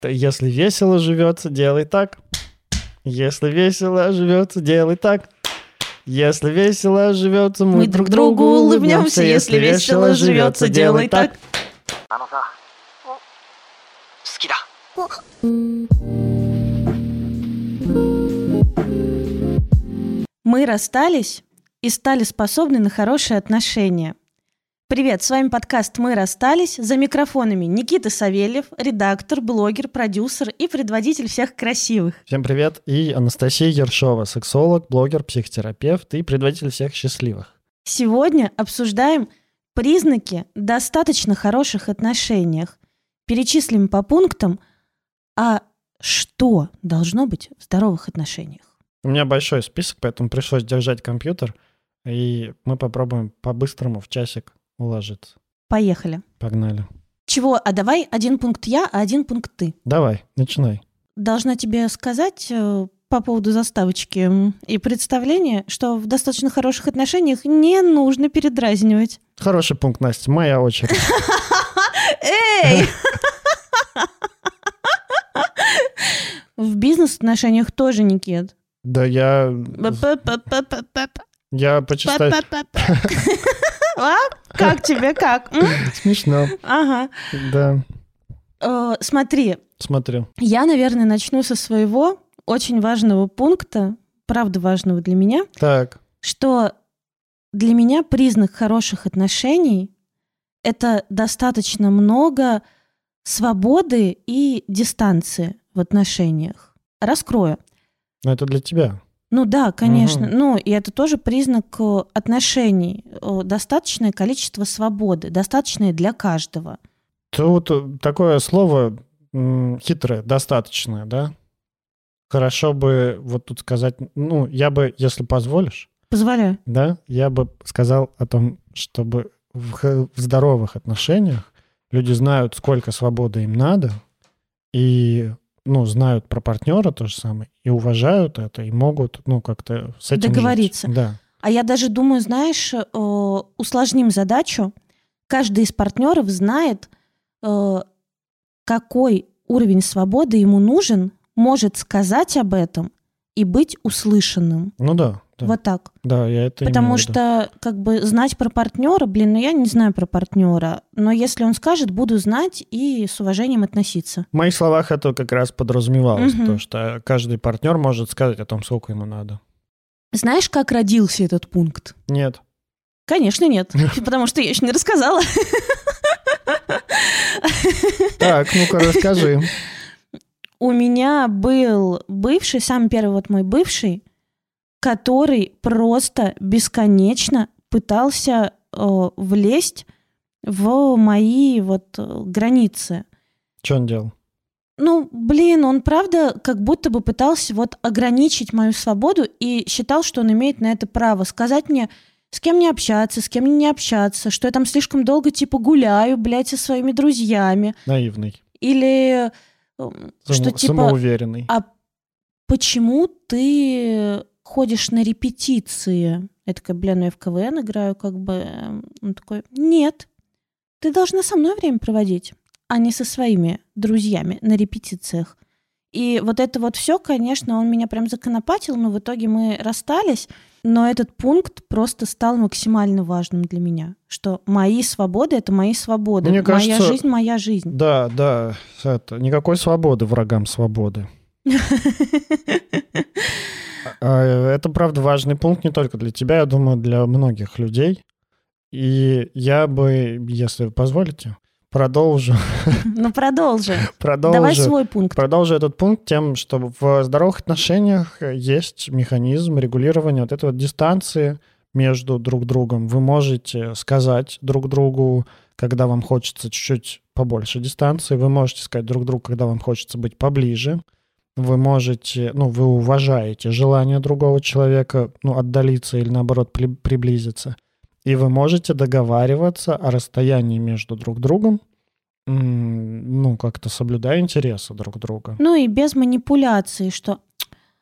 Если весело живется, делай так. Если весело живется, делай так. Если весело живется, мы друг другу улыбнемся. Если весело живется, делай так. Мы расстались и стали способны на хорошие отношения. Привет, с вами подкаст «Мы расстались». За микрофонами Никита Савельев, редактор, блогер, продюсер и предводитель всех красивых. Всем привет. И Анастасия Ершова, сексолог, блогер, психотерапевт и предводитель всех счастливых. Сегодня обсуждаем признаки достаточно хороших отношениях. Перечислим по пунктам, а что должно быть в здоровых отношениях. У меня большой список, поэтому пришлось держать компьютер, и мы попробуем по-быстрому в часик уложиться. Поехали. Погнали. Чего? А давай один пункт я, а один пункт ты. Давай, начинай. Должна тебе сказать по поводу заставочки и представления, что в достаточно хороших отношениях не нужно передразнивать. Хороший пункт, Настя, моя очередь. Эй! В бизнес-отношениях тоже, Никит. Да я почитаю. А? Как тебе, как? Смешно. Ага. Да. Смотри. Смотрю. Я, наверное, начну со своего очень важного пункта, правда важного для меня. Так. Что для меня признак хороших отношений — это достаточно много свободы и дистанции в отношениях. Раскрою. Но это для тебя. Ну да, конечно. Угу. Ну, и это тоже признак отношений. Достаточное количество свободы, достаточное для каждого. Тут такое слово хитрое, достаточное, да? Хорошо бы вот тут сказать, ну, я бы, если позволишь... Позволяю. Да, я бы сказал о том, чтобы в здоровых отношениях люди знают, сколько свободы им надо, и... знают про партнера то же самое, и уважают это, и могут, как-то с этим договориться. Жить. Да. А я даже думаю, знаешь, усложним задачу. Каждый из партнеров знает, какой уровень свободы ему нужен, может сказать об этом и быть услышанным. Ну да. Вот так. Да, я это Потому что, знать про партнера, я не знаю про партнера, но если он скажет, буду знать и с уважением относиться. В моих словах это как раз подразумевалось, то, что каждый партнер может сказать о том, сколько ему надо. Знаешь, как родился этот пункт? Нет. Конечно, нет, потому что я еще не рассказала. Так, ну-ка, расскажи. У меня был бывший, самый первый мой бывший, который просто бесконечно пытался влезть в мои границы. Что он делал? Он правда как будто бы пытался ограничить мою свободу и считал, что он имеет на это право. Сказать мне, с кем мне общаться, с кем не общаться, что я там слишком долго гуляю, со своими друзьями. Наивный. Или что самоуверенный. А почему ты... ходишь на репетиции. Я такая, я в КВН играю, Он такой, нет, ты должна со мной время проводить, а не со своими друзьями на репетициях. И это все, конечно, он меня прям законопатил, но в итоге мы расстались. Но этот пункт просто стал максимально важным для меня, что мои свободы — это мои свободы. Мне кажется, моя жизнь — моя жизнь. Да, никакой свободы врагам свободы. Это, правда, важный пункт не только для тебя, я думаю, для многих людей. И я бы, если вы позволите, продолжу. Продолжи. Давай свой пункт. Продолжу этот пункт тем, что в здоровых отношениях есть механизм регулирования этой дистанции между друг другом. Вы можете сказать друг другу, когда вам хочется чуть-чуть побольше дистанции. Вы можете сказать друг другу, когда вам хочется быть поближе. Вы можете, вы уважаете желание другого человека, отдалиться или, наоборот, приблизиться. И вы можете договариваться о расстоянии между друг другом, как-то соблюдая интересы друг друга. И без манипуляции, что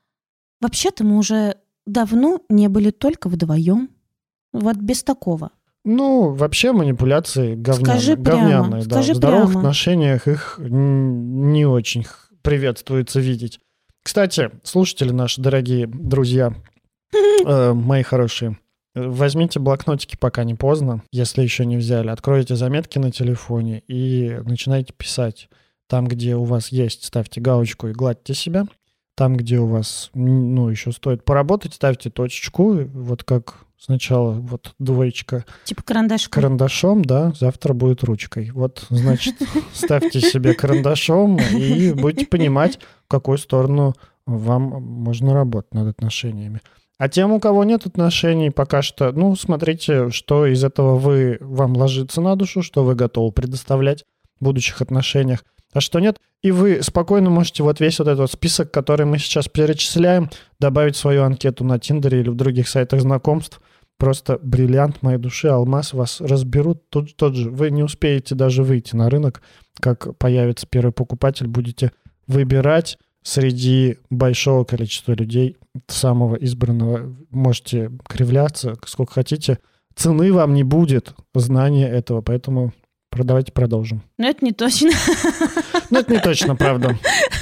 вообще-то мы уже давно не были только вдвоем. Без такого. Ну, вообще манипуляции Скажи прямо, говняные. Да. В скажи здоровых прямо. отношениях их не очень приветствуется видеть. Кстати, слушатели наши дорогие друзья, мои хорошие, возьмите блокнотики, пока не поздно, если еще не взяли. Откройте заметки на телефоне и начинайте писать. Там, где у вас есть, ставьте галочку и гладьте себя. Там, где у вас, еще стоит поработать, ставьте точечку. Вот как сначала вот двоечка. Типа карандашом. Карандашом, да, завтра будет ручкой. Вот, значит, ставьте себе карандашом и будете понимать, в какую сторону вам можно работать над отношениями. А тем, у кого нет отношений, пока что, смотрите, что из этого вам ложится на душу, что вы готовы предоставлять в будущих отношениях, а что нет. И вы спокойно можете вот весь вот этот список, который мы сейчас перечисляем, добавить в свою анкету на Тиндере или в других сайтах знакомств. Просто бриллиант моей души, алмаз, вас разберут тот же. Вы не успеете даже выйти на рынок, как появится первый покупатель, будете выбирать среди большого количества людей самого избранного. Можете кривляться сколько хотите. Цены вам не будет знания этого, поэтому давайте продолжим. Но это не точно. Ну, это не точно, правда.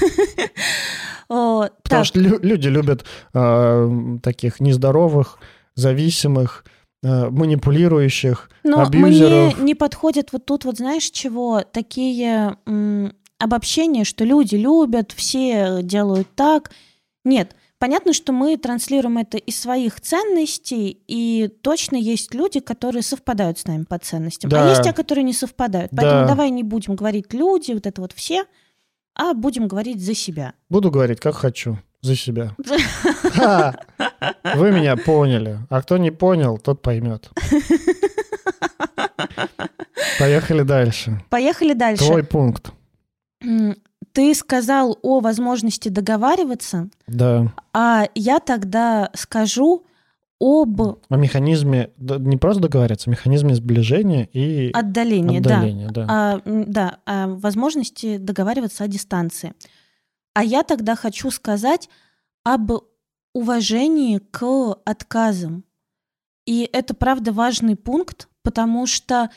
Потому что люди любят таких нездоровых, зависимых, манипулирующих, абьюзеров. Мне не подходят вот тут вот знаешь чего? Такие обобщения, что люди любят, все делают так. Нет, понятно, что мы транслируем это из своих ценностей, и точно есть люди, которые совпадают с нами по ценностям. Да. А есть те, которые не совпадают. Поэтому давай не будем говорить люди, вот это вот все, а будем говорить за себя. Буду говорить, как хочу, за себя. Вы меня поняли. А кто не понял, тот поймет. Поехали дальше. Твой пункт. Ты сказал о возможности договариваться, да. А я тогда скажу о механизме, не просто договариваться, механизме сближения и отдаления. Да. О возможности договариваться о дистанции. А я тогда хочу сказать об уважении к отказам. И это, правда, важный пункт, потому что,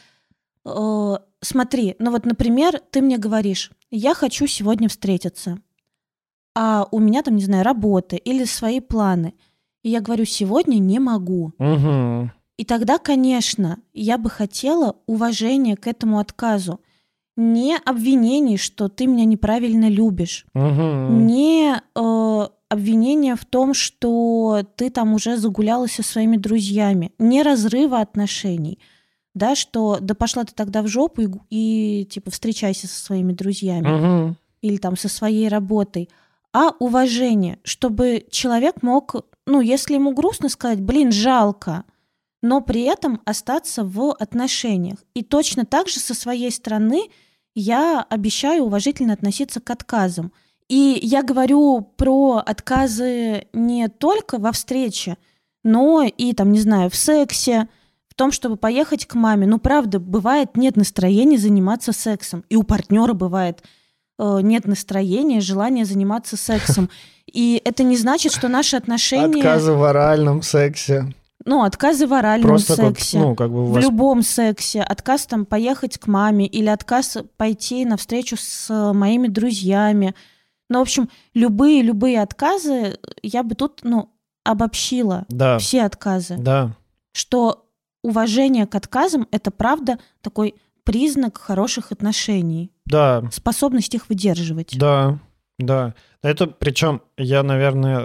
смотри, например, ты мне говоришь, я хочу сегодня встретиться, а у меня там, не знаю, работа или свои планы. И я говорю, сегодня не могу. Угу. И тогда, конечно, я бы хотела уважения к этому отказу. Не обвинений, что ты меня неправильно любишь. Угу. Не обвинения в том, что ты там уже загулялась со своими друзьями. Не разрыва отношений. Да, что да пошла ты тогда в жопу и типа встречайся со своими друзьями. Угу. Или там со своей работой. А уважение, чтобы человек мог, если ему грустно, сказать, жалко, но при этом остаться в отношениях. И точно так же со своей стороны я обещаю уважительно относиться к отказам. И я говорю про отказы не только во встрече, но и, в сексе, в том, чтобы поехать к маме. Правда, бывает, нет настроения заниматься сексом. И у партнера бывает нет настроения, желания заниматься сексом. И это не значит, что наши отношения... Отказы в оральном сексе. Отказы в оральном сексе. В любом сексе. Отказ поехать к маме или отказ пойти на встречу с моими друзьями. В общем, любые отказы я бы тут, обобщила. Да. Все отказы. Да. Что уважение к отказам – это, правда, такой признак хороших отношений. Да. Способность их выдерживать. Да. Это, причем, я, наверное,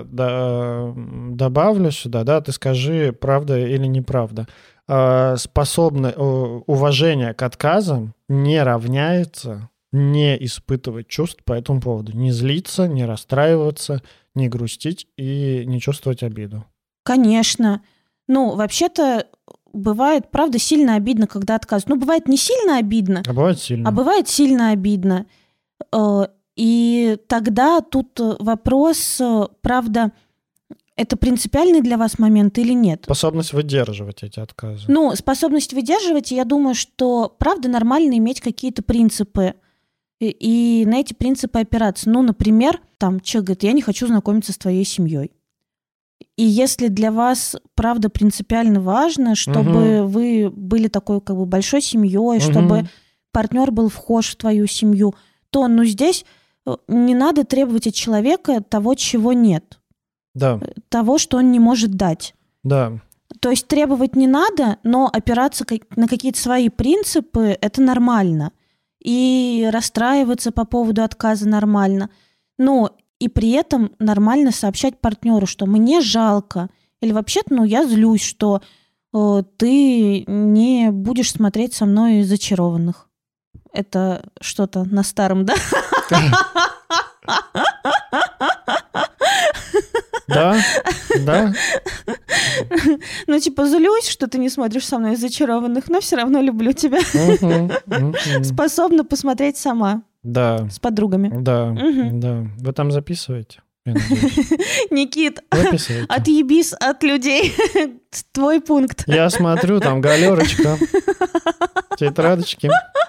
добавлю сюда, да, ты скажи, правда или неправда. Уважение к отказам не равняется не испытывать чувств по этому поводу. Не злиться, не расстраиваться, не грустить и не чувствовать обиду. Конечно. Вообще-то бывает, правда, сильно обидно, когда отказывают. Бывает не сильно обидно, а бывает сильно. А бывает сильно обидно. И тогда тут вопрос, правда, это принципиальный для вас момент или нет? Способность выдерживать эти отказы. Способность выдерживать, я думаю, что, правда, нормально иметь какие-то принципы и на эти принципы опираться. Например, человек говорит, я не хочу знакомиться с твоей семьей. И если для вас, правда, принципиально важно, чтобы вы были такой как бы большой семьей, чтобы партнер был вхож в твою семью, то здесь не надо требовать от человека того, чего нет. Да. Того, что он не может дать. Да. То есть требовать не надо, но опираться на какие-то свои принципы – это нормально. И расстраиваться по поводу отказа нормально. Но и при этом нормально сообщать партнеру, что мне жалко. Или вообще-то, я злюсь, что ты не будешь смотреть со мной «Зачарованных». Это что-то на старом, да? Да, да. Злюсь, что ты не смотришь со мной «Зачарованных», но все равно люблю тебя. Способна посмотреть сама. Да. С подругами. Да, да. Вы там записываете? Никит, записывайте. Отъебись от людей. Твой пункт. Я смотрю, там галерочка, тетрадочки.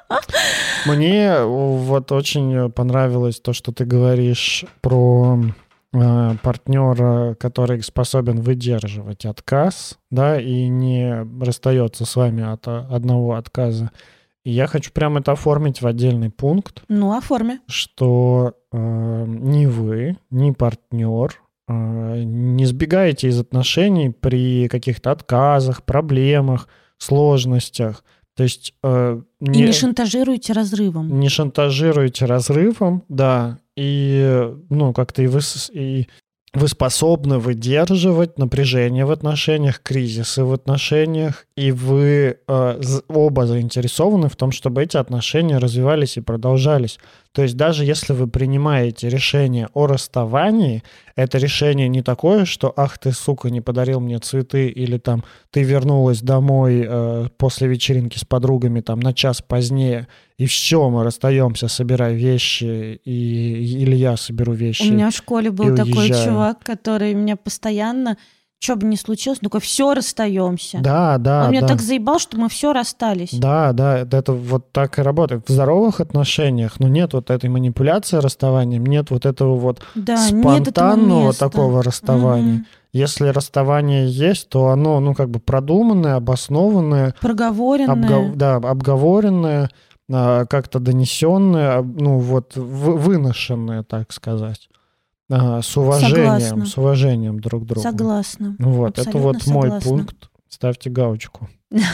Мне вот очень понравилось то, что ты говоришь про партнера, который способен выдерживать отказ, да, и не расстается с вами от одного отказа. И я хочу прямо это оформить в отдельный пункт. Оформи. Что ни вы, ни партнер не сбегаете из отношений при каких-то отказах, проблемах, сложностях. То есть... И не шантажируете разрывом. Не шантажируете разрывом, да. И, как-то и вы способны выдерживать напряжение в отношениях, кризисы в отношениях, и вы оба заинтересованы в том, чтобы эти отношения развивались и продолжались. То есть даже если вы принимаете решение о расставании, это решение не такое, что «ах ты, сука, не подарил мне цветы», или там «ты вернулась домой после вечеринки с подругами там на час позднее, и все, мы расстаемся, собирай вещи», или я соберу вещи. У меня в школе был такой чувак, который меня постоянно, что бы ни случилось, такой, все, расстаемся. Да. Он меня так заебал, что мы все расстались. Да, это вот так и работает. В здоровых отношениях, нет вот этой манипуляции расставанием, нет вот этого вот спонтанного такого расставания. Если расставание есть, то оно, продуманное, обоснованное. Проговоренное. Обговоренное, как-то донесенное, выношенное, так сказать. С уважением друг к другу. Согласна. Вот, это вот мой пункт. Ставьте галочку.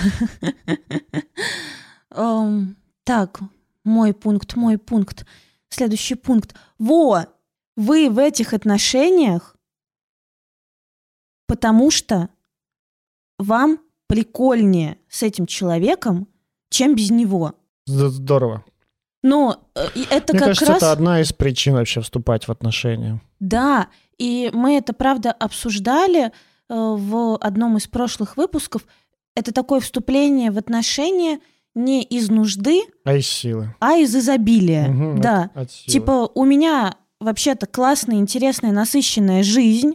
Так, мой пункт. Следующий пункт. Вы в этих отношениях, потому что вам прикольнее с этим человеком, чем без него. Здорово. Это Мне как кажется, раз... это одна из причин вообще вступать в отношения. Да, и мы это, правда, обсуждали в одном из прошлых выпусков. Это такое вступление в отношения не из нужды, а из силы. А из изобилия. Да. От силы. У меня вообще-то классная, интересная, насыщенная жизнь,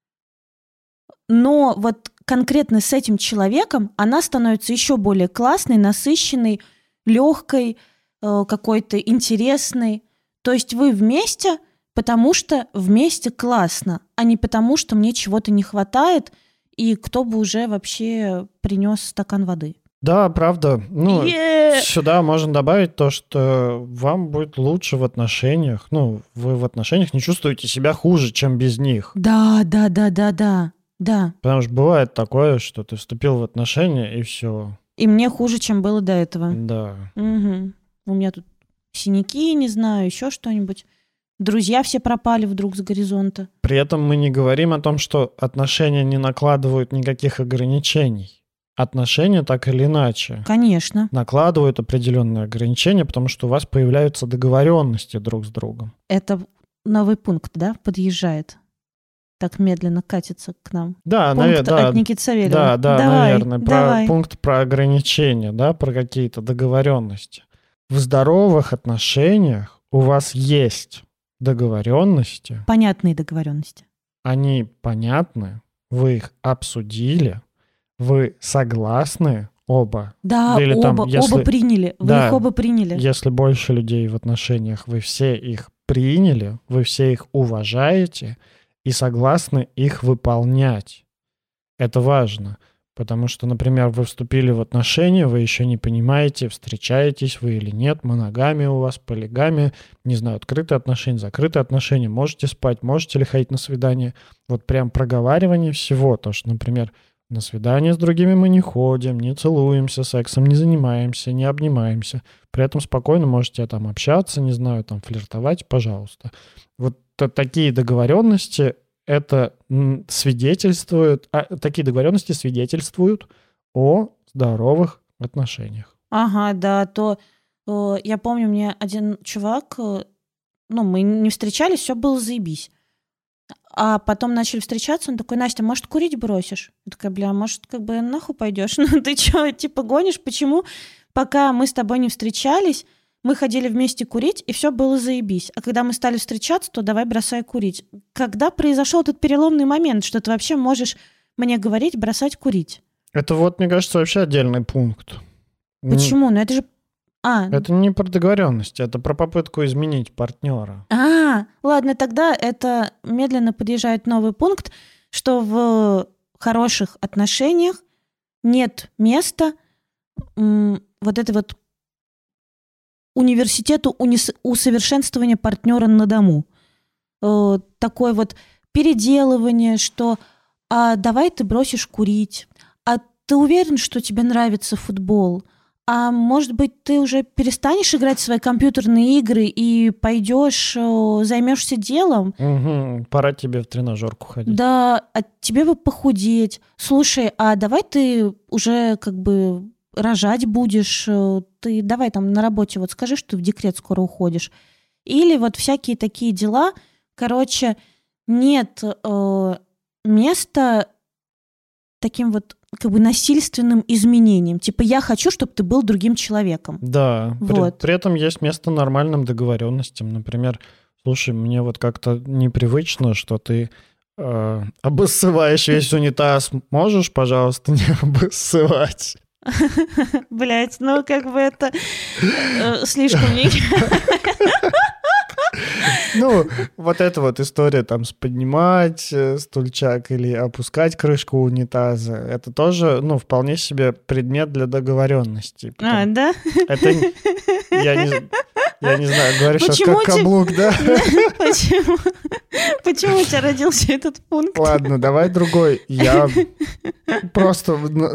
но вот конкретно с этим человеком она становится еще более классной, насыщенной, легкой, какой-то интересной. То есть вы вместе, потому что вместе классно, а не потому, что мне чего-то не хватает, и кто бы уже вообще принес стакан воды. Да, правда. Сюда можно добавить то, что вам будет лучше в отношениях. Вы в отношениях не чувствуете себя хуже, чем без них. Да. Потому что бывает такое, что ты вступил в отношения, и все. И мне хуже, чем было до этого. Да. Угу. У меня тут синяки, не знаю, еще что-нибудь. Друзья все пропали вдруг с горизонта. При этом мы не говорим о том, что отношения не накладывают никаких ограничений. Отношения так или иначе. Конечно. Накладывают определенные ограничения, потому что у вас появляются договоренности друг с другом. Это новый пункт, да, подъезжает? Так медленно катится к нам. Да, пункт от Никиты Савельева. Да, наверное. Пункт про ограничения, да, про какие-то договоренности. В здоровых отношениях у вас есть договоренности. Понятные договоренности. Они понятны, вы их обсудили, вы согласны оба. Да, или оба приняли. Вы их оба приняли. Если больше людей в отношениях, вы все их приняли, вы все их уважаете, и согласны их выполнять. Это важно, потому что, например, вы вступили в отношения, вы еще не понимаете, встречаетесь вы или нет, моногамия у вас, полигамия, не знаю, открытые отношения, закрытые отношения, можете спать, можете ли ходить на свидание. Вот прям проговаривание всего, то, что, например, на свидание с другими мы не ходим, не целуемся, сексом не занимаемся, не обнимаемся. При этом спокойно можете там общаться, не знаю, там флиртовать, пожалуйста. Вот такие договоренности такие договоренности свидетельствуют о здоровых отношениях. Ага, да, я помню, мне один чувак, мы не встречались, все было заебись. А потом начали встречаться, он такой: Настя, может, курить бросишь? Я такая: бля, может, нахуй пойдешь? Ну ты чё, гонишь? Почему? Пока мы с тобой не встречались, мы ходили вместе курить, и все было заебись. А когда мы стали встречаться, то давай бросай курить. Когда произошел этот переломный момент, что ты вообще можешь мне говорить бросать курить? Это мне кажется, вообще отдельный пункт. Почему? Ну это же... Это не про договоренности, это про попытку изменить партнера. Ладно, тогда это медленно подъезжает новый пункт, что в хороших отношениях нет места университету усовершенствования партнера на дому. Такое переделывание, что давай ты бросишь курить, а ты уверен, что тебе нравится футбол? А может быть, ты уже перестанешь играть в свои компьютерные игры и пойдешь, займешься делом? Угу, пора тебе в тренажерку ходить. Да, а тебе бы похудеть. Слушай, а давай ты уже рожать будешь, ты давай там на работе скажи, что ты в декрет скоро уходишь. Или всякие такие дела. Короче, нет места таким насильственным изменениям. Типа, я хочу, чтобы ты был другим человеком. Да, при этом есть место нормальным договоренностям. Например, слушай, мне как-то непривычно, что ты обоссываешь весь унитаз. Можешь, пожалуйста, не обоссывать? Блять, это слишком... Эта история с поднимать стульчак или опускать крышку унитаза, это тоже, вполне себе предмет для договоренности. Да? Это, я не знаю, говоришь сейчас как каблук, да? Почему у тебя родился этот пункт? Ладно, давай другой. Я просто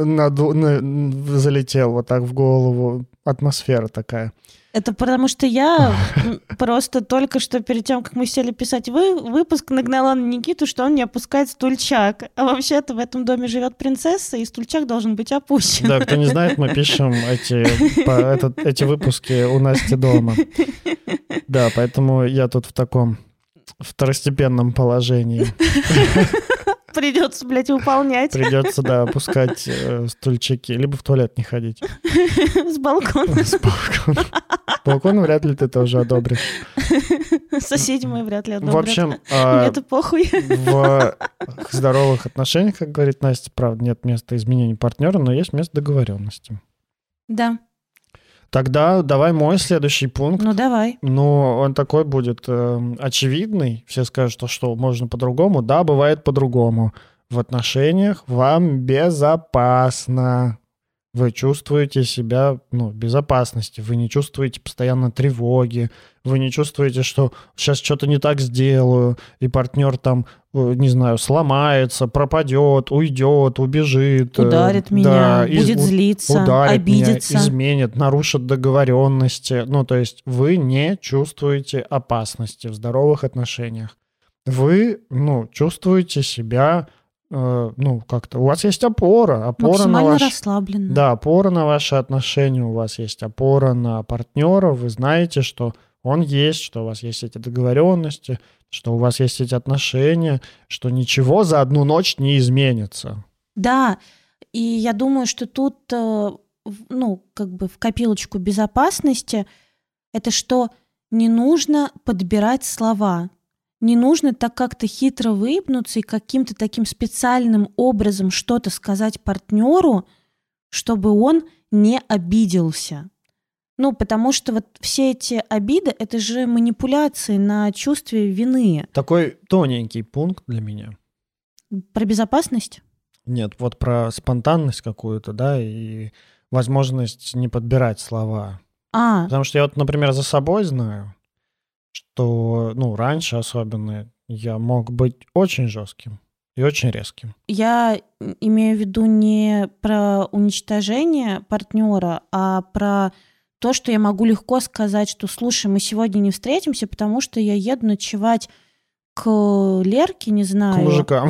залетел так в голову. Атмосфера такая. Это потому что я просто только что перед тем, как мы сели писать выпуск, нагнала на Никиту, что он не опускает стульчак. А вообще-то в этом доме живет принцесса, и стульчак должен быть опущен. Да, кто не знает, мы пишем эти выпуски у Насти дома. Да, поэтому я тут в таком второстепенном положении. Придется, выполнять. Придется, да, опускать стульчики, либо в туалет не ходить. С балкона. С балкона. С балкона вряд ли ты тоже одобришь. Соседи мои вряд ли одобрят. В общем, мне-то похуй. В здоровых отношениях, как говорит Настя, правда, нет места изменению партнера, но есть место договоренности. Да. Тогда давай мой следующий пункт. Ну, давай. Он такой будет очевидный. Все скажут, что можно по-другому. Да, бывает по-другому. В отношениях вам безопасно. Вы чувствуете себя в безопасности. Вы не чувствуете постоянно тревоги. Вы не чувствуете, что сейчас что-то не так сделаю, и партнер не знаю, сломается, пропадет, уйдет, убежит. Ударит меня, будет злиться, обидится. Меня, изменит, нарушит договоренности. То есть вы не чувствуете опасности в здоровых отношениях. Вы, чувствуете себя... как-то у вас есть опора максимально расслабленно. Да, опора на ваши отношения, у вас есть опора на партнера, вы знаете, что он есть, что у вас есть эти договоренности, что у вас есть эти отношения, что ничего за одну ночь не изменится. Да, и я думаю, что тут, в копилочку безопасности, это что не нужно подбирать слова. Не нужно так как-то хитро выебнуться и каким-то таким специальным образом что-то сказать партнеру, чтобы он не обиделся. Ну, потому что вот все эти обиды — это же манипуляции на чувстве вины. Такой тоненький пункт для меня. Про безопасность? Нет, вот про спонтанность какую-то, да, и возможность не подбирать слова. Потому что я вот, например, за собой знаю, что, раньше особенно я мог быть очень жестким и очень резким. Я имею в виду не про уничтожение партнера, а про то, что я могу легко сказать, что, слушай, мы сегодня не встретимся, потому что я еду ночевать к Лерке, не знаю. К мужикам.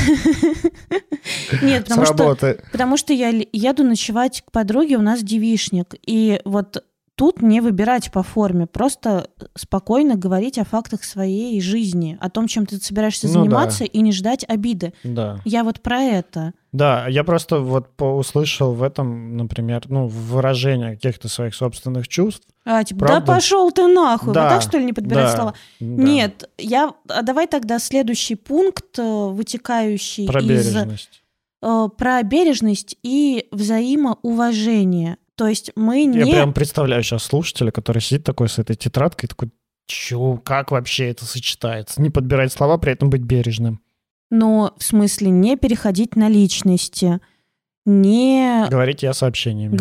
Нет, потому что я еду ночевать к подруге, у нас девичник. И вот тут не выбирать по форме, просто спокойно говорить о фактах своей жизни, о том, чем ты собираешься заниматься, и не ждать обиды. Да. Я вот про это. Да, я просто вот услышал в этом, например, выражение каких-то своих собственных чувств. Да пошел ты нахуй, да, вот так, что ли, не подбирать слова? Да. Нет, давай тогда следующий пункт, вытекающий про бережность. Про бережность и взаимоуважение. То есть мы не... Я прям представляю сейчас слушателя, который сидит такой с этой тетрадкой, такой, как вообще это сочетается? Не подбирать слова, при этом быть бережным. Но в смысле не переходить на личности, не... Говорить я сообщениями.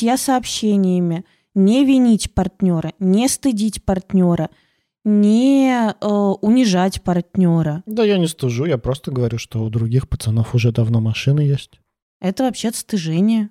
Не винить партнера, не стыдить партнера, не унижать партнера. Да я не стыжу, я просто говорю, что у других пацанов уже давно машины есть. Это вообще-то стыжение.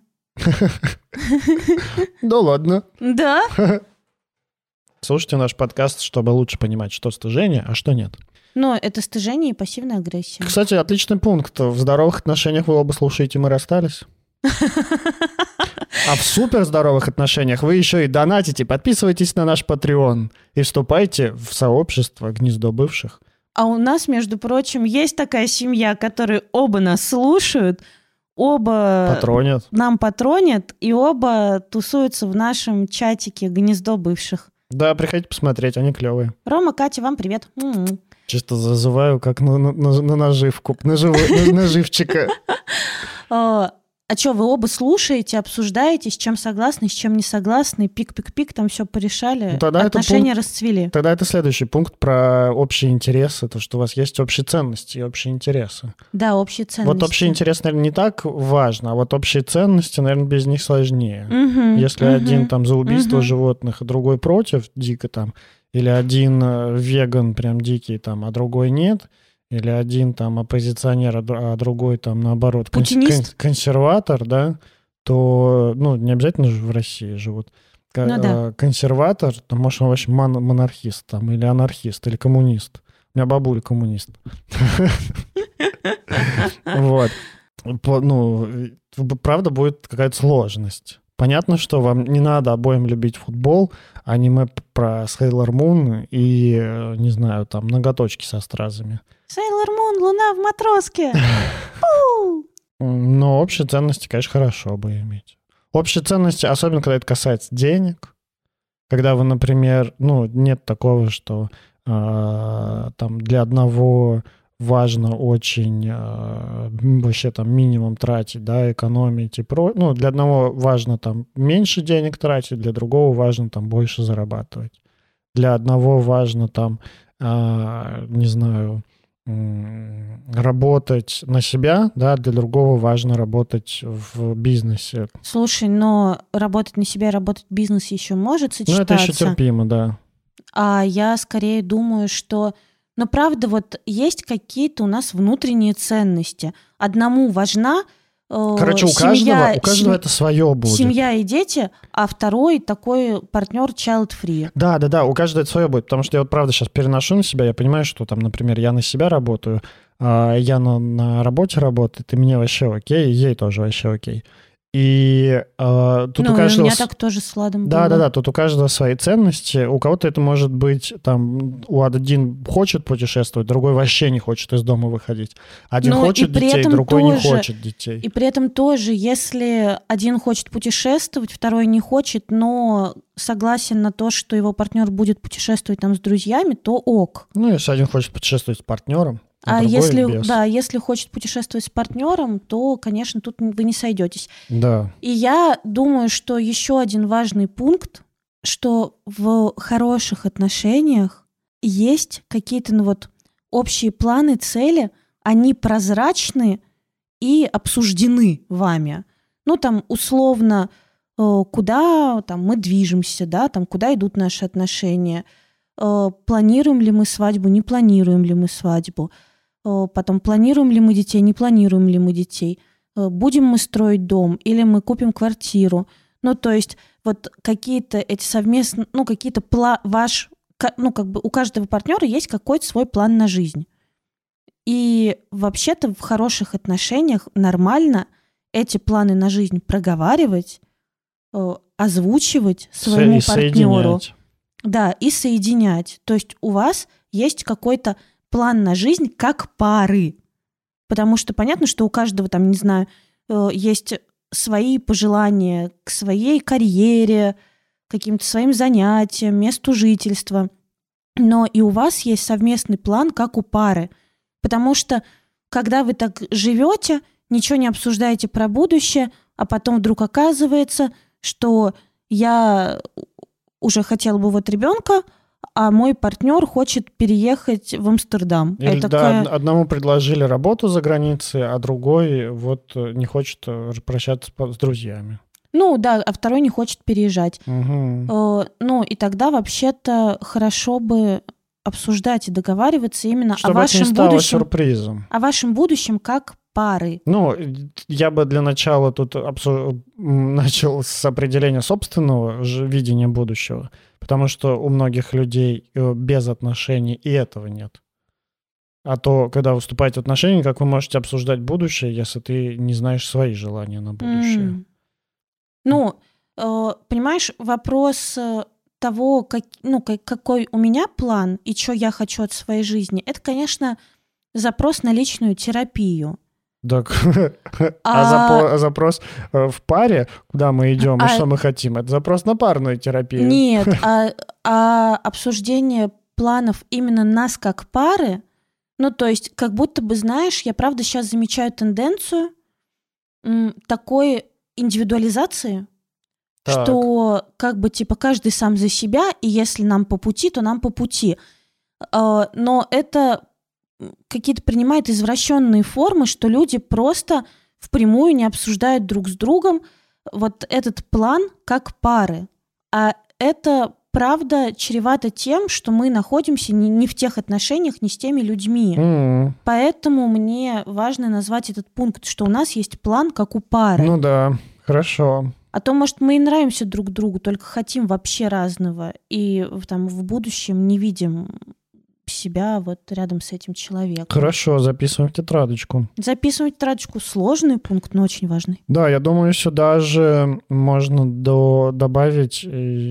Да ладно. Да. Слушайте наш подкаст, чтобы лучше понимать, что стыжение, а что нет. Но это стыжение и пассивная агрессия. Кстати, отличный пункт. В здоровых отношениях вы оба слушаете «Мы расстались». А в суперздоровых отношениях вы еще и донатите, подписывайтесь на наш Patreon и вступайте в сообщество «Гнездо бывших». А у нас, между прочим, есть такая семья, которые оба нас слушают, оба нам патронят, и оба тусуются в нашем чатике «Гнездо бывших». Да, приходите посмотреть, они клевые. Рома, Катя, вам привет. Чисто зазываю, как на наживку, наживчика. А что, вы оба слушаете, обсуждаете, с чем согласны, с чем не согласны, пик-пик-пик, там все порешали, отношения расцвели? Тогда это следующий пункт про общие интересы, то, что у вас есть общие ценности и общие интересы. Да, общие ценности. Вот общие интересы, наверное, не так важно, а вот общие ценности, наверное, без них сложнее. Если один там за убийство животных, а другой против, дико там, или один веган прям дикий там, а другой нет, или один там оппозиционер, а другой там наоборот консерватор, да, то, не обязательно же в России живут. Консерватор, там, может, он вообще монархист там, или анархист, или коммунист. У меня бабуля коммунист. Вот. Правда, будет какая-то сложность. Понятно, что вам не надо обоим любить футбол, аниме про Sailor Moon и, не знаю, там, ноготочки со стразами. Sailor Moon, луна в матроске. Но общие ценности, конечно, хорошо бы иметь. Общие ценности, особенно когда это касается денег, когда вы, например, нет такого, что там для одного важно очень вообще там минимум тратить, да, экономить и для одного важно там меньше денег тратить, для другого важно там больше зарабатывать. Для одного важно там, не знаю, работать на себя, да, для другого важно работать в бизнесе. Слушай, но работать на себя и работать в бизнесе еще может сочетаться. Это еще терпимо, да. А я скорее думаю, что... Но правда, вот есть какие-то у нас внутренние ценности. Одному важна короче, у каждого это свое будет. Семья и дети, а второй такой партнер child-free. Да, у каждого это свое будет, потому что я вот правда сейчас переношу на себя, я понимаю, что там, например, я на себя работаю, я на работе работаю, и мне вообще окей, и ей тоже вообще окей. И тут у каждого... у меня так тоже с Владом было. Да, тут у каждого свои ценности. У кого-то это может быть, там, один хочет путешествовать, другой вообще не хочет из дома выходить. Один хочет детей, другой не хочет детей. И при этом тоже, если один хочет путешествовать, второй не хочет, но согласен на то, что его партнер будет путешествовать там с друзьями, то ок. Если один хочет путешествовать с партнером, если хочет путешествовать с партнером, то, конечно, тут вы не сойдетесь. Да. И я думаю, что еще один важный пункт, что в хороших отношениях есть какие-то общие планы, цели, они прозрачны и обсуждены вами. Там условно, куда мы движемся, да, куда идут наши отношения, планируем ли мы свадьбу, не планируем ли мы свадьбу, потом планируем ли мы детей, не планируем ли мы детей, будем мы строить дом или мы купим квартиру. То есть какие-то эти совместные, какие-то у каждого партнера есть какой-то свой план на жизнь. И вообще-то в хороших отношениях нормально эти планы на жизнь проговаривать, озвучивать своему партнеру. Да, и соединять. То есть у вас есть какой-то план на жизнь как пары. Потому что понятно, что у каждого есть свои пожелания к своей карьере, каким-то своим занятиям, месту жительства. Но и у вас есть совместный план, как у пары. Потому что, когда вы так живете, ничего не обсуждаете про будущее, а потом вдруг оказывается, что я уже хотела бы ребенка, а мой партнер хочет переехать в Амстердам. Или одному предложили работу за границей, а другой не хочет прощаться с друзьями. А второй не хочет переезжать. Угу. И тогда вообще-то хорошо бы обсуждать и договариваться именно чтобы о вашем это не стало будущем. Сюрпризом. О вашем будущем как пары. Я бы для начала тут начал с определения собственного видения будущего, потому что у многих людей без отношений и этого нет. А то, когда вы вступаете в отношения, как вы можете обсуждать будущее, если ты не знаешь свои желания на будущее? Понимаешь, вопрос того, какой у меня план и что я хочу от своей жизни, это, конечно, запрос на личную терапию. Так, запрос в паре, куда мы идем и что мы хотим, это запрос на парную терапию. Нет, а обсуждение планов именно нас как пары, то есть как будто бы, знаешь, я правда сейчас замечаю тенденцию такой индивидуализации, так. Что каждый сам за себя, и если нам по пути, то нам по пути. Но это какие-то принимает извращенные формы, что люди просто впрямую не обсуждают друг с другом этот план как пары. А это, правда, чревато тем, что мы находимся не в тех отношениях, не с теми людьми. Поэтому мне важно назвать этот пункт, что у нас есть план как у пары. Да, хорошо. А то, может, мы и нравимся друг другу, только хотим вообще разного. И в будущем не видим себя рядом с этим человеком. Хорошо, записываем в тетрадочку. Записываем в тетрадочку сложный пункт, но очень важный. Да, я думаю, сюда же можно добавить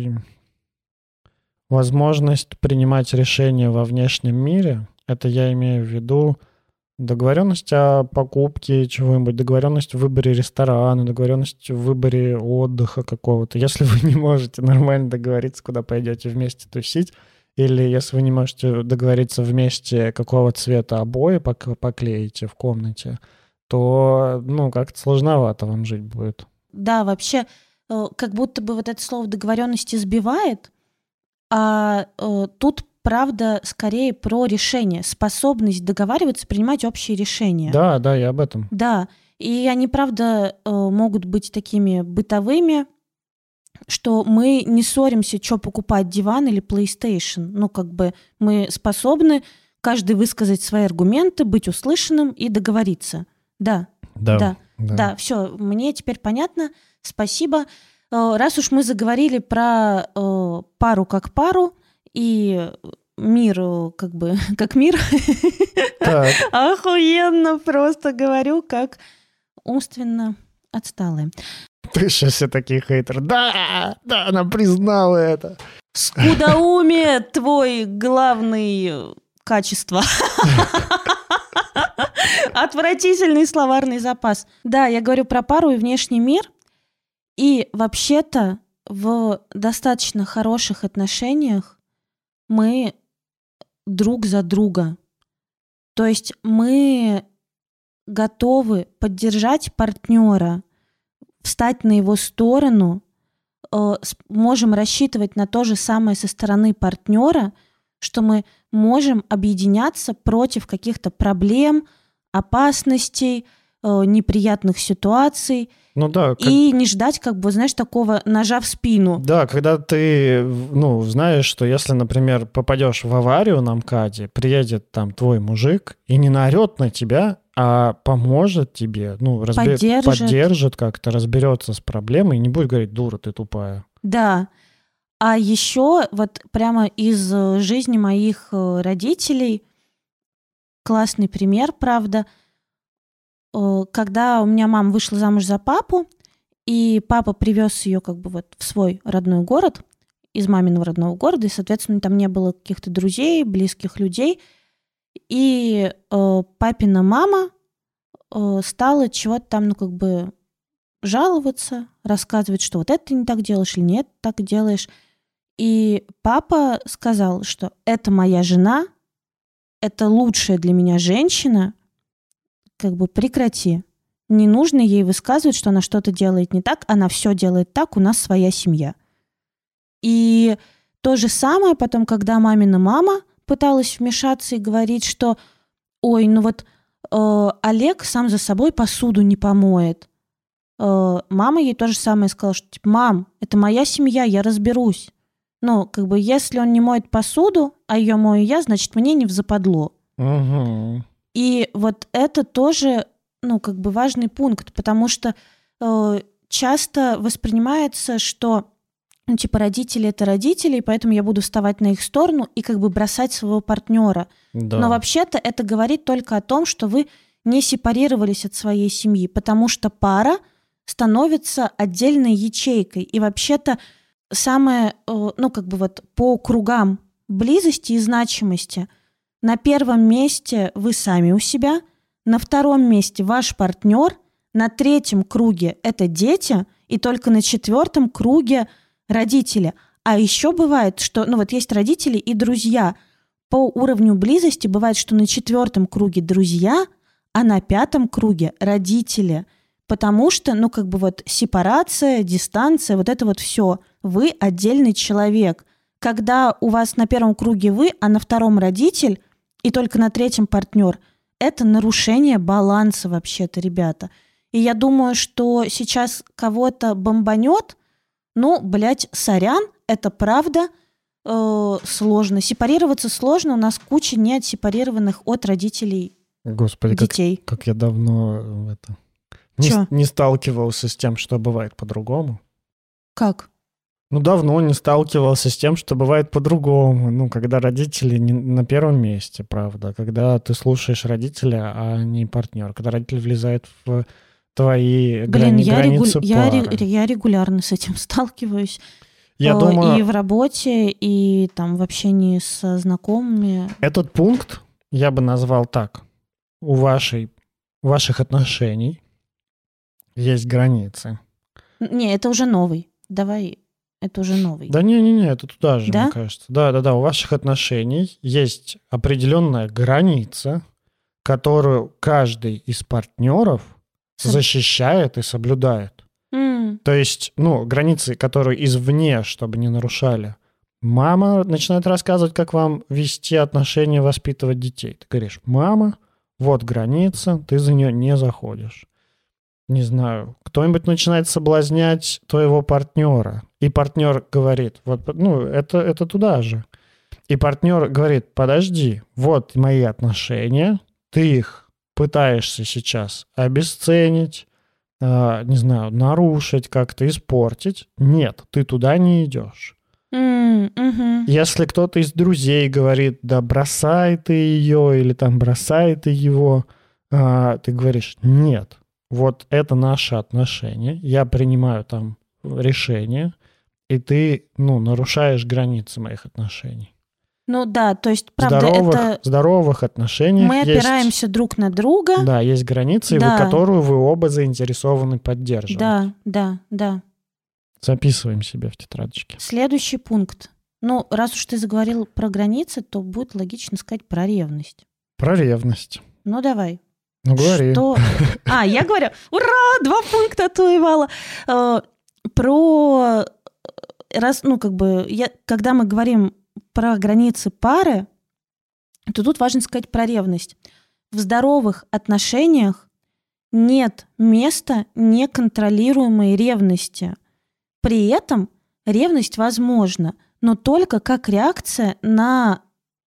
возможность принимать решения во внешнем мире. Это я имею в виду договоренность о покупке чего-нибудь, договоренность в выборе ресторана, договоренность в выборе отдыха какого-то. Если вы не можете нормально договориться, куда пойдете вместе тусить, или если вы не можете договориться вместе, какого цвета обои поклеите в комнате, то, как-то сложновато вам жить будет. Да, вообще, как будто бы это слово договоренности сбивает, а тут правда, скорее про решение, способность договариваться, принимать общие решения. Да, я об этом. Да, и они, правда, могут быть такими бытовыми, что мы не ссоримся, что покупать, диван или PlayStation. Мы способны каждый высказать свои аргументы, быть услышанным и договориться. Да, все, мне теперь понятно, спасибо. Раз уж мы заговорили про пару как пару, и мир как мир. Охуенно просто говорю, как умственно отсталые. Ты сейчас все такие хейтеры. Да, она признала это. Скудоумие твой главный качество. Отвратительный словарный запас. Да, я говорю про пару и внешний мир. И вообще-то в достаточно хороших отношениях мы друг за друга. То есть мы готовы поддержать партнера, встать на его сторону, можем рассчитывать на то же самое со стороны партнера, что мы можем объединяться против каких-то проблем, опасностей, неприятных ситуаций, Ну да, и не ждать, знаешь, такого ножа в спину. Да, когда ты, знаешь, что если, например, попадешь в аварию на МКАДе, приедет там твой мужик и не наорет на тебя, а поможет тебе, поддержит как-то, разберется с проблемой и не будет говорить: дура, ты тупая. Да. А еще вот прямо из жизни моих родителей классный пример, правда. Когда у меня мама вышла замуж за папу, и папа привез ее в свой родной город, из маминого родного города, и, соответственно, там не было каких-то друзей, близких людей. И папина мама стала чего-то там, жаловаться, рассказывать, что вот это ты не так делаешь или нет, так делаешь. И папа сказал, что это моя жена, это лучшая для меня женщина, прекрати. Не нужно ей высказывать, что она что-то делает не так, она все делает так, у нас своя семья. И то же самое потом, когда мамина мама пыталась вмешаться и говорить, что ой, Олег сам за собой посуду не помоет. Мама ей то же самое сказала, что мам, это моя семья, я разберусь. Если он не моет посуду, а ее мою я, значит, мне не взападло. Угу. И вот это тоже, важный пункт, потому что часто воспринимается, что, родители — это родители, и поэтому я буду вставать на их сторону и бросать своего партнера. Да. Но вообще-то это говорит только о том, что вы не сепарировались от своей семьи, потому что пара становится отдельной ячейкой. И вообще-то самое, по кругам близости и значимости — на первом месте вы сами у себя, на втором месте ваш партнер, на третьем круге это дети, и только на четвертом круге родители. А еще бывает, что есть родители и друзья. По уровню близости бывает, что на четвертом круге друзья, а на пятом круге родители. Потому что, сепарация, дистанция, это все. Вы отдельный человек. Когда у вас на первом круге вы, а на втором родитель, и только на третьем партнер, это нарушение баланса вообще-то, ребята. И я думаю, что сейчас кого-то бомбанет, сорян, это правда сложно. Сепарироваться сложно, у нас куча неотсепарированных от родителей Господи, детей. Как я давно не сталкивался с тем, что бывает по-другому. Как? Давно не сталкивался с тем, что бывает по-другому. Когда родители не на первом месте, правда. Когда ты слушаешь родителя, а не партнер. Когда родитель влезает в твои границы пары. Я регулярно с этим сталкиваюсь. Я думаю, и в работе, и в общении со знакомыми. Этот пункт я бы назвал так. У ваших отношений есть границы. Не, это уже новый. Давай... Это уже новый. Да не, это туда же, да? Мне кажется. Да, у ваших отношений есть определенная граница, которую каждый из партнеров защищает и соблюдает. То есть, границы, которые извне, чтобы не нарушали. Мама начинает рассказывать, как вам вести отношения, воспитывать детей. Ты говоришь: мама, вот граница, ты за нее не заходишь. Не знаю, кто-нибудь начинает соблазнять твоего партнера, и партнер говорит: это туда же. И партнер говорит: подожди, вот мои отношения, ты их пытаешься сейчас обесценить, нарушить, как-то испортить. Нет, ты туда не идешь. Если кто-то из друзей говорит: да бросай ты ее, или бросай ты его, ты говоришь: нет. Вот это наши отношения, я принимаю решение, и ты, нарушаешь границы моих отношений. То есть, правда, здоровых отношениях мы опираемся друг на друга. Да, есть границы, которую вы оба заинтересованы поддерживать. Да. Записываем себе в тетрадочке. Следующий пункт. Раз уж ты заговорил про границы, то будет логично сказать про ревность. Про ревность. Давай. Говори. Я говорю: ура, 2 пункта отвоевала. Про когда мы говорим про границы пары, то тут важно сказать про ревность. В здоровых отношениях нет места неконтролируемой ревности. При этом ревность возможна, но только как реакция на,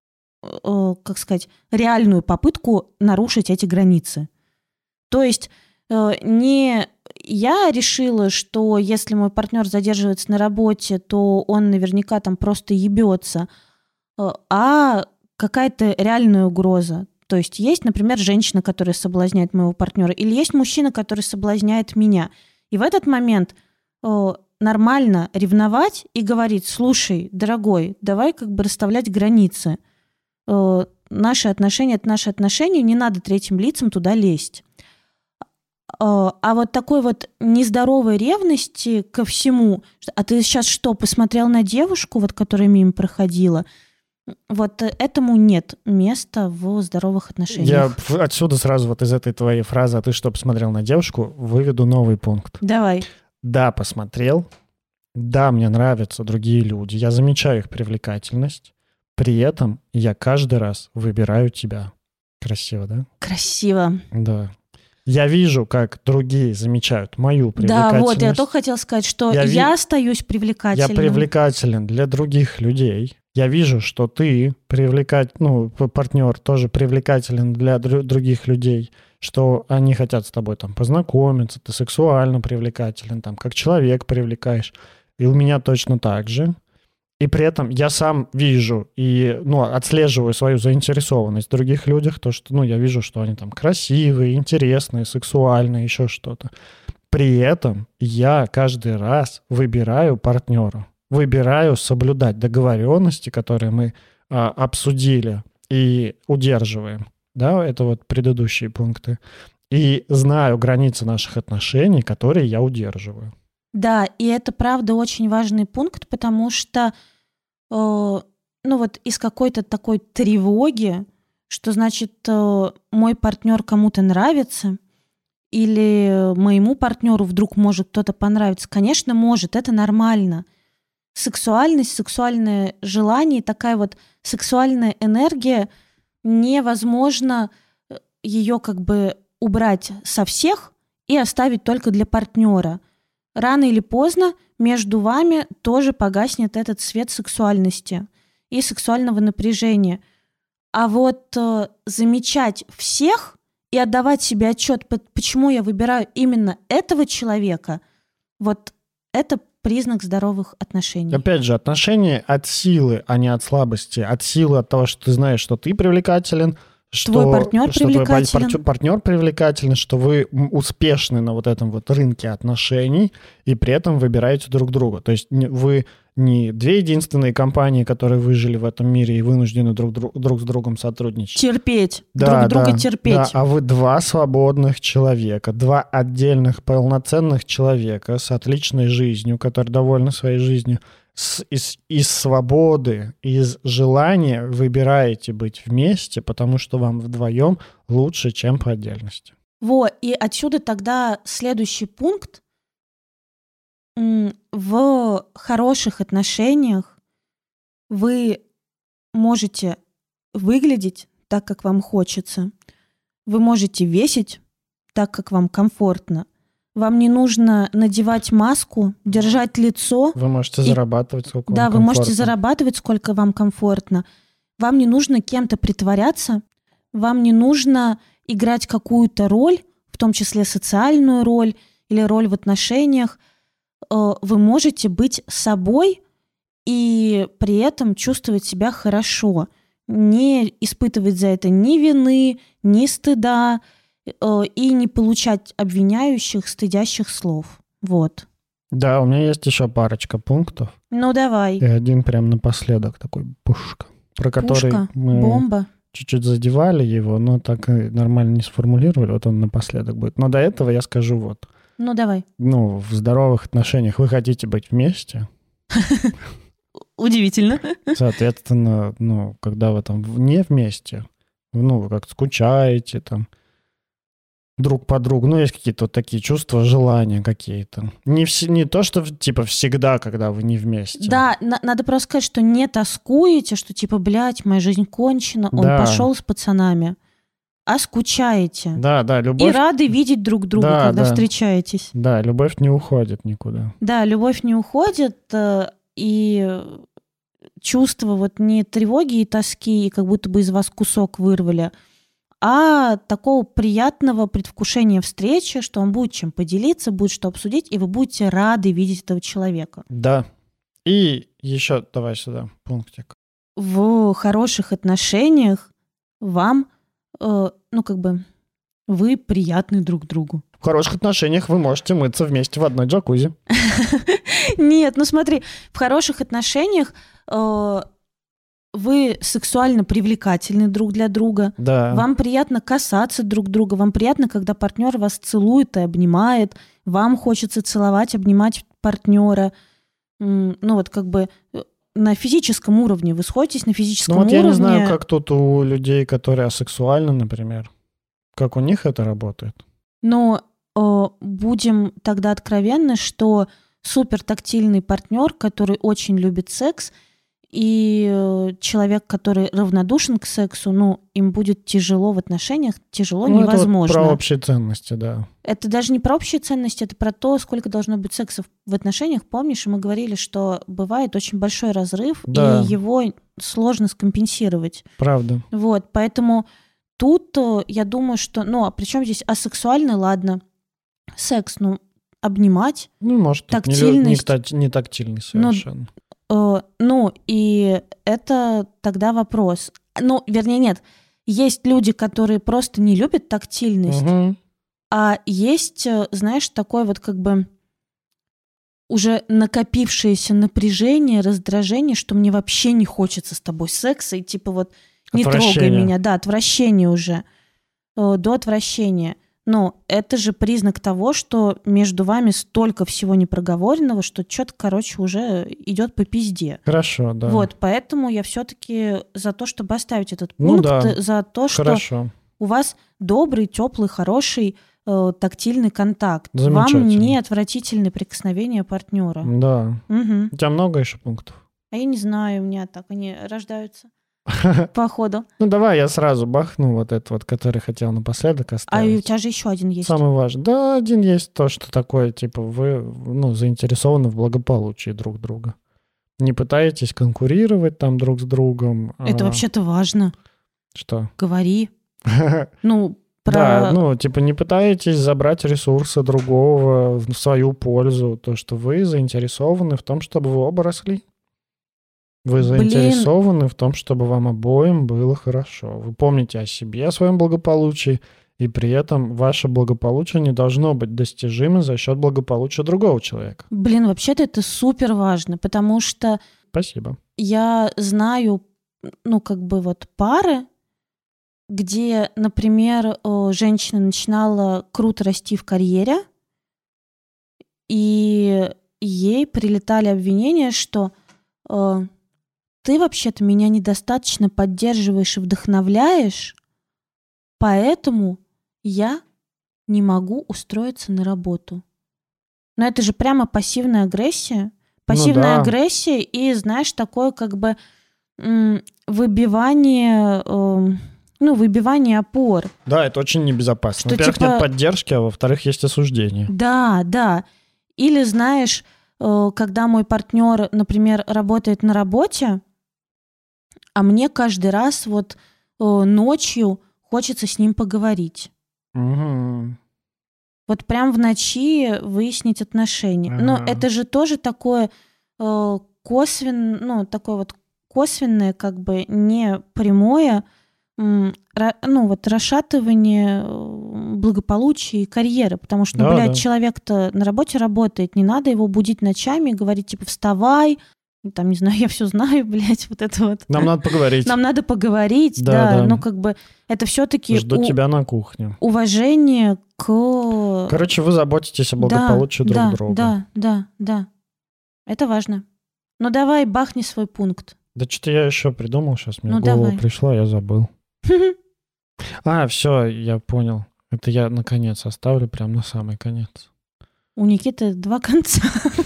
реальную попытку нарушить эти границы. То есть не я решила, что если мой партнер задерживается на работе, то он наверняка там просто ебется, а какая-то реальная угроза. То есть есть, например, женщина, которая соблазняет моего партнера, или есть мужчина, который соблазняет меня. И в этот момент нормально ревновать и говорить: слушай, дорогой, давай расставлять границы. Наши отношения — это наши отношения, не надо третьим лицам туда лезть. А вот такой вот нездоровой ревности ко всему, а ты сейчас что, посмотрел на девушку, которая мимо проходила? Вот этому нет места в здоровых отношениях. Я отсюда сразу из этой твоей фразы: а ты что, посмотрел на девушку, выведу новый пункт. Давай. Да, посмотрел. Да, мне нравятся другие люди. Я замечаю их привлекательность. При этом я каждый раз выбираю тебя. Красиво, да? Красиво. Да. Я вижу, как другие замечают мою привлекательность. Да, я только хотела сказать, что я остаюсь привлекательным. Я привлекателен для других людей. Я вижу, что ты партнер тоже привлекателен для других людей, что они хотят с тобой познакомиться, ты сексуально привлекателен, как человек привлекаешь. И у меня точно так же. И при этом я сам вижу и отслеживаю свою заинтересованность в других людях, то, что я вижу, что они красивые, интересные, сексуальные, еще что-то. При этом я каждый раз выбираю партнера, выбираю соблюдать договоренности, которые мы обсудили и удерживаем. Да, это предыдущие пункты. И знаю границы наших отношений, которые я удерживаю. Да, и это, правда, очень важный пункт, потому что из какой-то такой тревоги, что значит мой партнер кому-то нравится, или моему партнеру вдруг может кто-то понравиться. Конечно, может, это нормально. Сексуальность, сексуальное желание, такая сексуальная энергия, невозможно ее убрать со всех и оставить только для партнера. Рано или поздно между вами тоже погаснет этот свет сексуальности и сексуального напряжения. А замечать всех и отдавать себе отчет, почему я выбираю именно этого человека, это признак здоровых отношений. Опять же, отношения от силы, а не от слабости. От силы, от того, что ты знаешь, что ты привлекателен, твой партнер привлекателен. Твой партнер привлекательный, что вы успешны на этом рынке отношений и при этом выбираете друг друга. То есть вы не две единственные компании, которые выжили в этом мире и вынуждены друг с другом сотрудничать. Терпеть. Друг друга терпеть. Да, а вы два свободных человека, два отдельных полноценных человека с отличной жизнью, которые довольны своей жизнью, из свободы, из желания выбираете быть вместе, потому что вам вдвоем лучше, чем по отдельности. И отсюда тогда следующий пункт. В хороших отношениях вы можете выглядеть так, как вам хочется. Вы можете весить так, как вам комфортно. Вам не нужно надевать маску, держать лицо. Вы можете зарабатывать сколько вам комфортно. Да, вы можете зарабатывать сколько вам комфортно. Вам не нужно кем-то притворяться. Вам не нужно играть какую-то роль, в том числе социальную роль или роль в отношениях. Вы можете быть собой и при этом чувствовать себя хорошо. Не испытывать за это ни вины, ни стыда, и не получать обвиняющих, стыдящих слов. Да, у меня есть еще парочка пунктов. Давай. И один прям напоследок такой пушка, про который мы бомба. Чуть-чуть задевали его, но так и нормально не сформулировали. Он напоследок будет. Но до этого я скажу давай. В здоровых отношениях вы хотите быть вместе. Удивительно. Соответственно, когда вы не вместе, вы как скучаете, друг по другу. Ну, есть какие-то вот такие чувства, желания какие-то. Не то, что типа всегда, когда вы не вместе. Да, надо просто сказать, что не тоскуете, что типа, блядь, моя жизнь кончена, он Да. пошел с пацанами, а скучаете. Да, И любовь... рады видеть друг друга, Да, когда да. встречаетесь. Да, любовь не уходит никуда. Да, любовь не уходит, и чувство вот не тревоги и тоски, и как будто бы из вас кусок вырвали, а такого приятного предвкушения встречи, что он будет чем поделиться, будет что обсудить, и вы будете рады видеть этого человека. Да. И еще давай сюда пунктик. В хороших отношениях вам, вы приятны друг другу. В хороших отношениях вы можете мыться вместе в одной джакузи. Нет, смотри, в хороших отношениях вы сексуально привлекательны друг для друга. Да. Вам приятно касаться друг друга. Вам приятно, когда партнер вас целует и обнимает. Вам хочется целовать, обнимать партнера. На физическом уровне. Вы сходитесь на физическом уровне. Я не знаю, как тут у людей, которые асексуальны, например. Как у них это работает. Но будем тогда откровенны, что супертактильный партнер, который очень любит секс, и человек, который равнодушен к сексу, им будет тяжело в отношениях, невозможно. Это вот про общие ценности, да. Это даже не про общие ценности, это про то, сколько должно быть секса в отношениях. Помнишь, мы говорили, что бывает очень большой разрыв, да. И его сложно скомпенсировать. Правда. Вот, поэтому тут я думаю, что... а при чем здесь асексуальный, ладно. Секс, обнимать, может, тактильность. Не тактильный совершенно. И это тогда вопрос. Вернее, нет. Есть люди, которые просто не любят тактильность, а есть, знаешь, такое вот уже накопившееся напряжение, раздражение, что мне вообще не хочется с тобой секса, и типа вот не трогай меня. Да, отвращение уже. До отвращения. Но это же признак того, что между вами столько всего непроговоренного, что что-то, уже идет по пизде. Хорошо, да. Вот, поэтому я все-таки за то, чтобы оставить этот пункт, за то, что у вас добрый, теплый, хороший тактильный контакт. Вам не отвратительные прикосновения партнера. Да. Угу. У тебя много еще пунктов? А я не знаю, у меня так они рождаются. Походу. Давай я сразу бахну вот этот вот, который хотел напоследок оставить. А у тебя же еще один есть. Самый важный. Да, один есть то, что такое, типа, вы заинтересованы в благополучии друг друга. Не пытаетесь конкурировать там друг с другом. Это вообще-то важно. Что? Говори. Да, не пытаетесь забрать ресурсы другого в свою пользу. То, что вы заинтересованы в том, чтобы вы оба росли. Вы заинтересованы в том, чтобы вам обоим было хорошо. Вы помните о себе, о своем благополучии, и при этом ваше благополучие не должно быть достижимо за счет благополучия другого человека. Вообще-то это супер важно, потому что... Спасибо. Я знаю, пары, где, например, женщина начинала круто расти в карьере, и ей прилетали обвинения, что... ты вообще-то меня недостаточно поддерживаешь и вдохновляешь, поэтому я не могу устроиться на работу. Но это же прямо пассивная агрессия. Пассивная агрессия и, знаешь, такое выбивание опор. Да, это очень небезопасно. Во-первых, нет поддержки, а во-вторых, есть осуждение. Да. Или, знаешь, когда мой партнер, например, работает на работе, а мне каждый раз ночью хочется с ним поговорить. Угу. Вот прям в ночи выяснить отношения. Ага. Но это же тоже такое косвенное, не прямое, расшатывание благополучия и карьеры. Потому что, человек-то на работе работает, не надо его будить ночами и говорить, вставай, не знаю, я все знаю, вот это вот. Нам надо поговорить. Нам надо поговорить, да. Это все-таки... Жду тебя на кухне. Уважение к... вы заботитесь о благополучии друг друга. Да. Это важно. Давай, бахни свой пункт. Да что-то я еще придумал, сейчас мне в голову пришло, я забыл. Все, я понял. Это я, наконец, оставлю прям на самый конец. У Никиты 2 конца.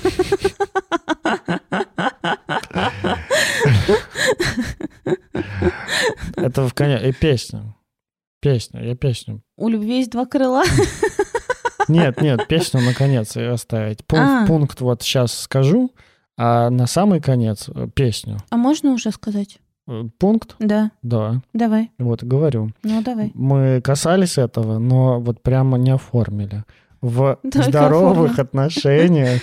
Это в конец. И песня. Я песню. У любви есть 2 крыла. Нет, песню на конец оставить. Пункт вот сейчас скажу, а на самый конец песню. А можно уже сказать? Пункт? Да. Да. Давай. Вот, говорю. Ну, давай. Мы касались этого, но вот прямо не оформили. В Только здоровых отношениях,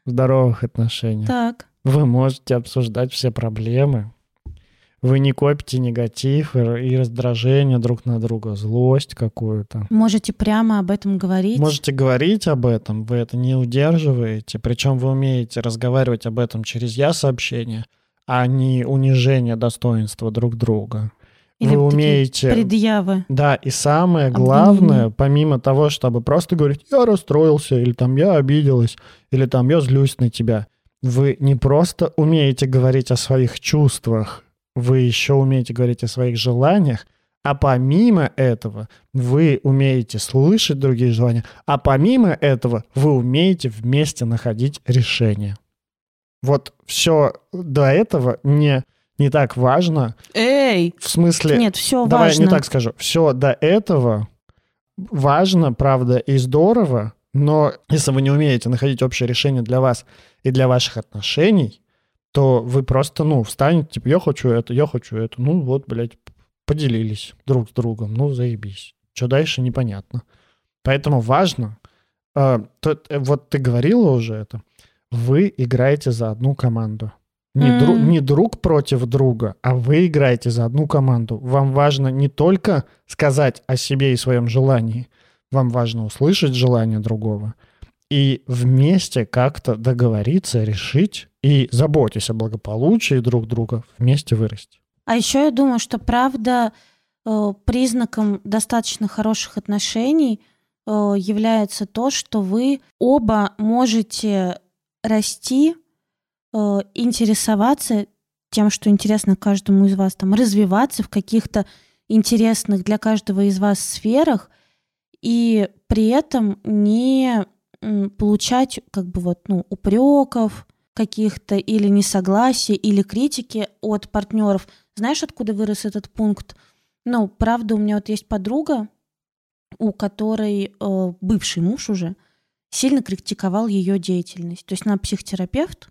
Так. вы можете обсуждать все проблемы. Вы не копите негатив и раздражение друг на друга, злость какую-то. Можете прямо об этом говорить. Можете говорить об этом, вы это не удерживаете. Причем вы умеете разговаривать об этом через «я-сообщение», а не унижение достоинства друг друга. Или вы такие умеете... предъявы. Да, и самое Обвинения. главное, помимо того, чтобы просто говорить «я расстроился», или там «я обиделась», или там «я злюсь на тебя», вы не просто умеете говорить о своих чувствах, вы еще умеете говорить о своих желаниях, а помимо этого вы умеете слышать другие желания, а помимо этого вы умеете вместе находить решение. Вот все до этого не так важно. Эй! В смысле... Нет, все Давай важно. не так скажу. Все до этого важно, правда, и здорово, но если вы не умеете находить общее решение для вас и для ваших отношений, то вы просто, встанете, типа, я хочу это. Ну вот, блядь, поделились друг с другом. Ну, заебись. Что дальше, непонятно. Поэтому важно, вот ты говорила уже это, вы играете за одну команду. Не друг против друга, а вы играете за одну команду. Вам важно не только сказать о себе и своем желании, вам важно услышать желание другого и вместе как-то договориться, решить и, заботясь о благополучии друг друга, вместе вырасти. А еще я думаю, что правда признаком достаточно хороших отношений является то, что вы оба можете расти, интересоваться тем, что интересно каждому из вас, там, развиваться в каких-то интересных для каждого из вас сферах, и при этом не получать упреков каких-то или несогласия, или критики от партнеров. Знаешь, откуда вырос этот пункт? Правда, у меня вот есть подруга, у которой бывший муж уже сильно критиковал ее деятельность. То есть она психотерапевт,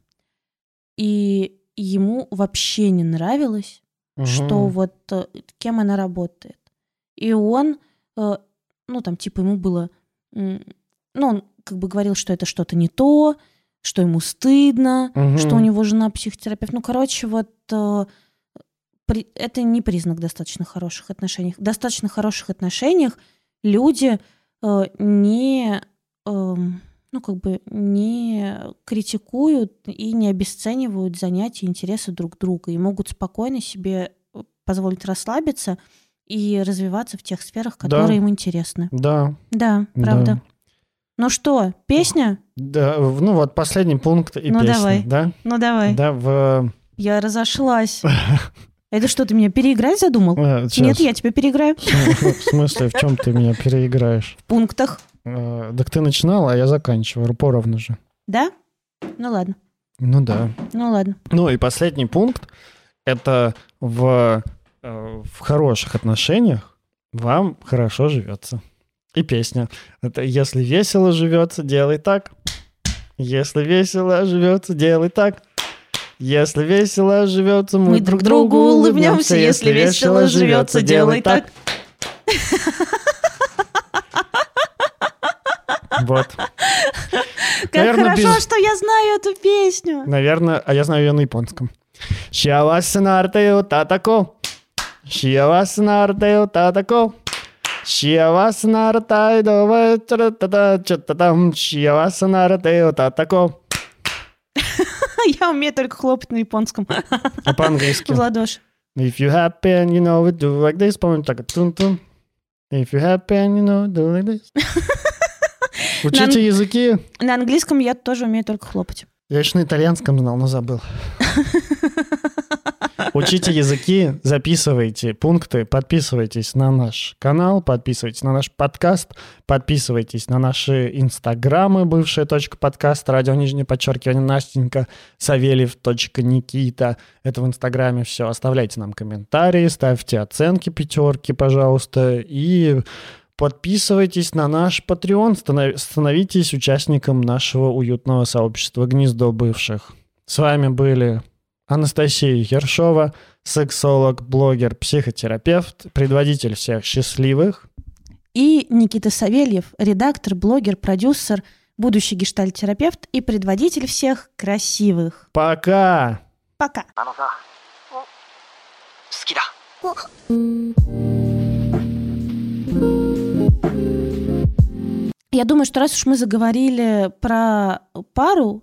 и ему вообще не нравилось, что кем она работает. И он, ему было... он говорил, что это что-то не то, что ему стыдно, что у него жена психотерапевт. Это не признак достаточно хороших отношений. В достаточно хороших отношениях люди не критикуют и не обесценивают занятия и интересы друг друга и могут спокойно себе позволить расслабиться и развиваться в тех сферах, которые им интересны. Да. Да, правда. Да. Ну что, песня? Да, последний пункт и песня. Давай. Да? Ну давай. Да, Я разошлась. Это что, ты меня переиграть задумал? Нет, я тебя переиграю. В смысле, в чем ты меня переиграешь? В пунктах. Так ты начинала, а я заканчиваю. Поровну же. Да? Ну ладно. Ну да. Ну ладно. И последний пункт — это в хороших отношениях вам хорошо живется. И песня. Это «Если весело живется, делай так». Если весело живется, делай так. Если весело живется, мы друг другу улыбнемся. Если весело живется, делай так. Вот. Как хорошо, что я знаю эту песню. Наверное, а я знаю ее на японском. Shiawase narete o tatako. Shiawase narete o tatako. Shiawase narete o tatako. Shiawase narete o tatako. Я умею только хлопать на японском. А по-английски? В ладоши. If you happy and you know it, do like this. Помню, так тун-тун. If you happy and you know, do like this. Учите языки. На английском я тоже умею только хлопать. Я еще на итальянском знал, но забыл. Учите языки, записывайте пункты, подписывайтесь на наш канал, подписывайтесь на наш подкаст, подписывайтесь на наши инстаграмы, бывшая .подкаст, радио, _, Настенька, Савельев, Никита. Это в инстаграме все. Оставляйте нам комментарии, ставьте оценки 5, пожалуйста, и подписывайтесь на наш Patreon, становитесь участником нашего уютного сообщества «Гнездо бывших». С вами были Анастасия Ершова, сексолог, блогер, психотерапевт, предводитель всех счастливых. И Никита Савельев, редактор, блогер, продюсер, будущий гештальт-терапевт и предводитель всех красивых. Пока! Пока! Я думаю, что раз уж мы заговорили про пару,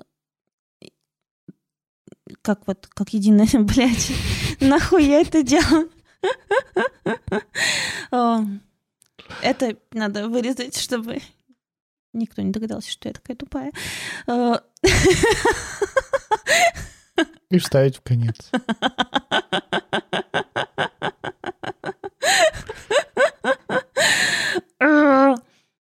как единое, блядь, нахуй я это делаю? Это надо вырезать, чтобы никто не догадался, что я такая тупая. И вставить в конец.